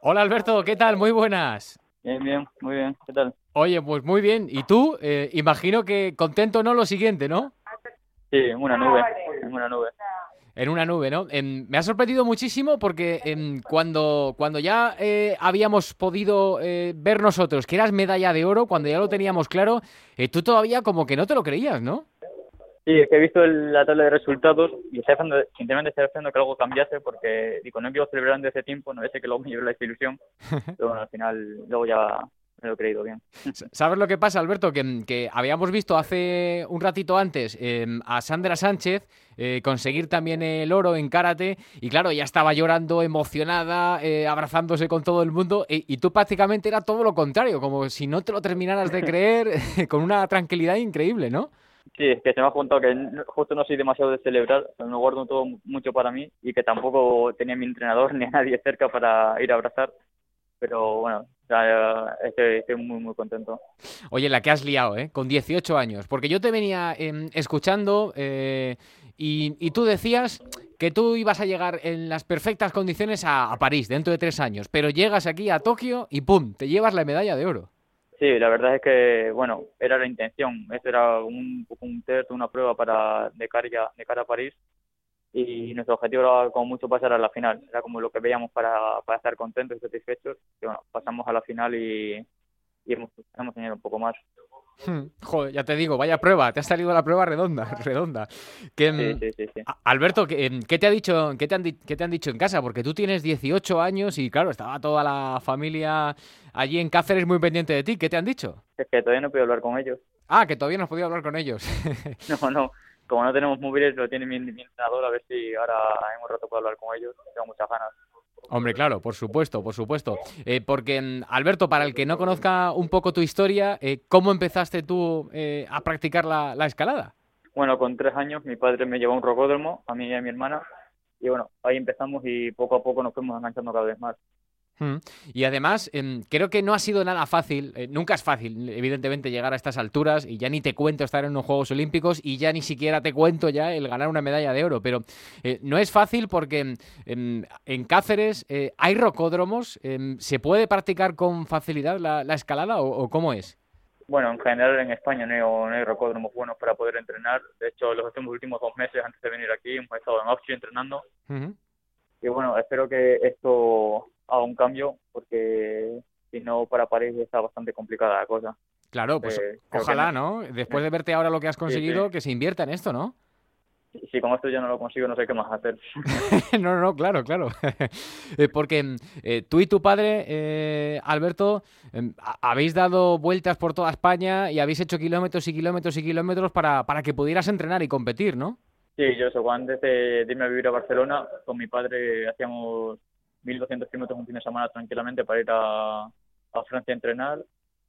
Hola Alberto, ¿qué tal? Muy buenas. Bien, bien, muy bien. ¿Qué tal? Oye, pues muy bien. ¿Y tú? Imagino que contento, ¿no? Lo siguiente, ¿no? Sí, en una nube, en una nube. En una nube, ¿no? Me ha sorprendido muchísimo porque cuando ya habíamos podido ver nosotros que eras medalla de oro, cuando ya lo teníamos claro, tú todavía como que no te lo creías, ¿no? Sí, es que he visto la tabla de resultados y sinceramente estoy haciendo que algo cambiase porque digo, no empiezo celebrando ese tiempo, no sé que luego me lleve la desilusión, pero bueno, al final luego ya me lo he creído bien. ¿Sabes lo que pasa, Alberto? Que habíamos visto hace un ratito antes a Sandra Sánchez conseguir también el oro en karate y claro, ya estaba llorando, emocionada, abrazándose con todo el mundo y tú prácticamente era todo lo contrario, como si no te lo terminaras de creer, con una tranquilidad increíble, ¿no? Sí, es que se me ha juntado que justo no soy demasiado de celebrar, o sea, me guardo todo mucho para mí y que tampoco tenía mi entrenador ni a nadie cerca para ir a abrazar, pero bueno, o sea, estoy muy, muy contento. Oye, la que has liado, ¿eh? Con 18 años. Porque yo te venía escuchando y tú decías que tú ibas a llegar en las perfectas condiciones a París dentro de 3 años, pero llegas aquí a Tokio y ¡pum! Te llevas la medalla de oro. Sí, la verdad es que, bueno, era la intención. Esto era poco un test, una prueba de cara a París y nuestro objetivo era como mucho pasar a la final. Era como lo que veíamos para estar contentos y satisfechos. Y bueno, pasamos a la final y hemos tenido un poco más. Joder, ya te digo, vaya prueba, te ha salido la prueba redonda, redonda. Que, Sí, sí, sí, sí. Alberto, ¿qué te ha dicho, qué te han dicho en casa? Porque tú tienes 18 años y claro, estaba toda la familia allí en Cáceres muy pendiente de ti. ¿Qué te han dicho? Es que todavía no he podido hablar con ellos. Ah, que todavía no has podido hablar con ellos. No, no. Como no tenemos móviles, lo tiene mi entrenador. A ver si ahora en un rato puedo hablar con ellos. Tengo muchas ganas. Hombre, claro, por supuesto, por supuesto. Porque, Alberto, para el que no conozca un poco tu historia, ¿cómo empezaste tú a practicar la escalada? Bueno, con 3 años mi padre me llevó a un rocódromo, a mí y a mi hermana. Y bueno, ahí empezamos y poco a poco nos fuimos enganchando cada vez más. Mm. Y además, creo que no ha sido nada fácil, nunca es fácil, evidentemente, llegar a estas alturas y ya ni te cuento estar en unos Juegos Olímpicos y ya ni siquiera te cuento ya el ganar una medalla de oro, pero no es fácil porque en Cáceres hay rocódromos, ¿se puede practicar con facilidad la escalada o cómo es? Bueno, en general en España no hay rocódromos buenos para poder entrenar. De hecho, los últimos 2 meses antes de venir aquí hemos estado en Austria entrenando. Ujú. Y bueno, espero que esto haga un cambio porque si no para París está bastante complicada la cosa. Claro, pues Creo que no. ojalá, ¿no? Después de verte ahora lo que has Sí, sí. conseguido, que se invierta en esto, ¿no? Si con esto ya no lo consigo, no sé qué más hacer. No, no, no, claro, claro. Porque tú y tu padre, Alberto, habéis dado vueltas por toda España y habéis hecho kilómetros y kilómetros y kilómetros para que pudieras entrenar y competir, ¿no? Sí, yo eso, antes de irme a vivir a Barcelona, con mi padre hacíamos 1.200 kilómetros un fin de semana tranquilamente para ir a Francia a entrenar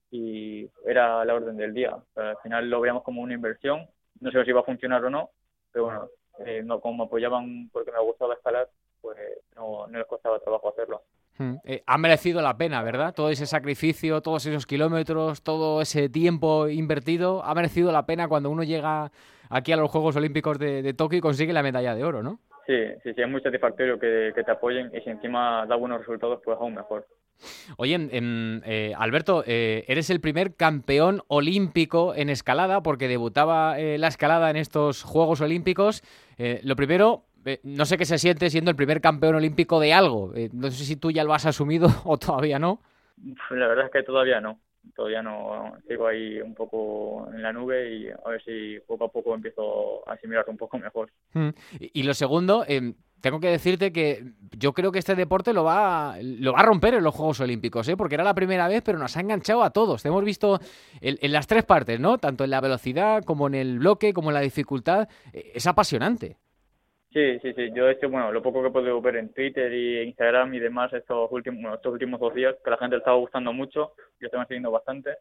y era la orden del día. O sea, al final lo veíamos como una inversión, no sé si iba a funcionar o no, pero bueno, no, como me apoyaban porque me gustaba escalar, pues no les costaba trabajo hacerlo. Ha merecido la pena, ¿verdad? Todo ese sacrificio, todos esos kilómetros, todo ese tiempo invertido, ha merecido la pena cuando uno llega aquí a los Juegos Olímpicos de Tokio y consigue la medalla de oro, ¿no? Sí, sí, sí, es muy satisfactorio que te apoyen y si encima da buenos resultados, pues aún mejor. Oye, Alberto, eres el primer campeón olímpico en escalada porque debutaba la escalada en estos Juegos Olímpicos. Lo primero, no sé qué se siente siendo el primer campeón olímpico de algo. No sé si tú ya lo has asumido o todavía no. La verdad es que todavía no, sigo ahí un poco en la nube y a ver si poco a poco empiezo a asimilar un poco mejor. Mm. Y lo segundo, tengo que decirte que yo creo que este deporte lo va a romper en los Juegos Olímpicos, ¿eh? Porque era la primera vez, pero nos ha enganchado a todos. Te hemos visto en las tres partes, ¿no? Tanto en la velocidad como en el bloque, como en la dificultad. Es apasionante. Sí, sí, sí, yo de hecho, bueno, lo poco que he podido ver en Twitter y Instagram y demás estos últimos 2 días, que a la gente le estaba gustando mucho, yo estoy siguiendo bastante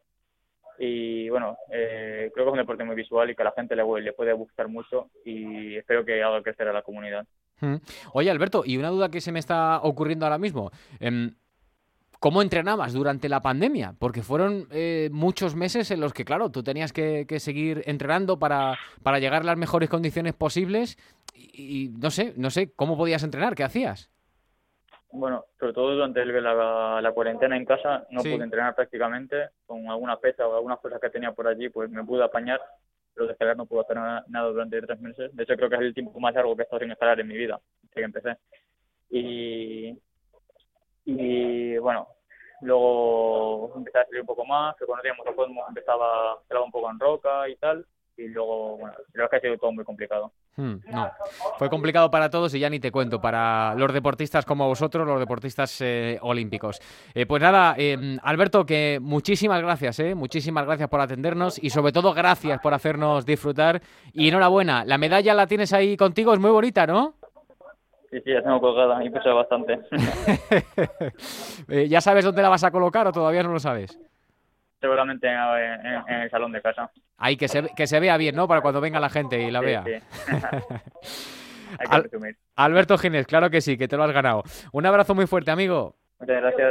y bueno, creo que es un deporte muy visual y que a la gente le puede gustar mucho y espero que haga crecer a la comunidad. Mm. Oye, Alberto, y una duda que se me está ocurriendo ahora mismo. ¿Cómo entrenabas durante la pandemia? Porque fueron muchos meses en los que, claro, tú tenías que seguir entrenando para llegar a las mejores condiciones posibles y no sé cómo podías entrenar, ¿qué hacías? Bueno, sobre todo durante la cuarentena en casa no Sí. pude entrenar prácticamente, con alguna pesa o algunas cosas que tenía por allí, pues me pude apañar, pero de escalar no pude hacer nada durante 3 meses. De hecho, creo que es el tiempo más largo que he estado sin escalar en mi vida, desde que empecé. Y, y bueno, luego empecé a salir un poco más, que cuando teníamos autónomos empezaba a escalar un poco en roca y tal, y luego, bueno, creo que ha sido todo muy complicado. No, fue complicado para todos y ya ni te cuento, para los deportistas como vosotros, los deportistas olímpicos. Pues nada, Alberto, que muchísimas gracias por atendernos y sobre todo gracias por hacernos disfrutar y enhorabuena, la medalla la tienes ahí contigo, es muy bonita, ¿no? Sí, sí, ya tengo colgada y pesa bastante. ¿Ya sabes dónde la vas a colocar o todavía no lo sabes? Seguramente en el salón de casa. Ahí, que se vea bien, ¿no? Para cuando venga la gente y la Sí, vea. sí. Hay que Al- presumir. Alberto Gines, claro que sí, que te lo has ganado. Un abrazo muy fuerte, amigo. Muchas gracias.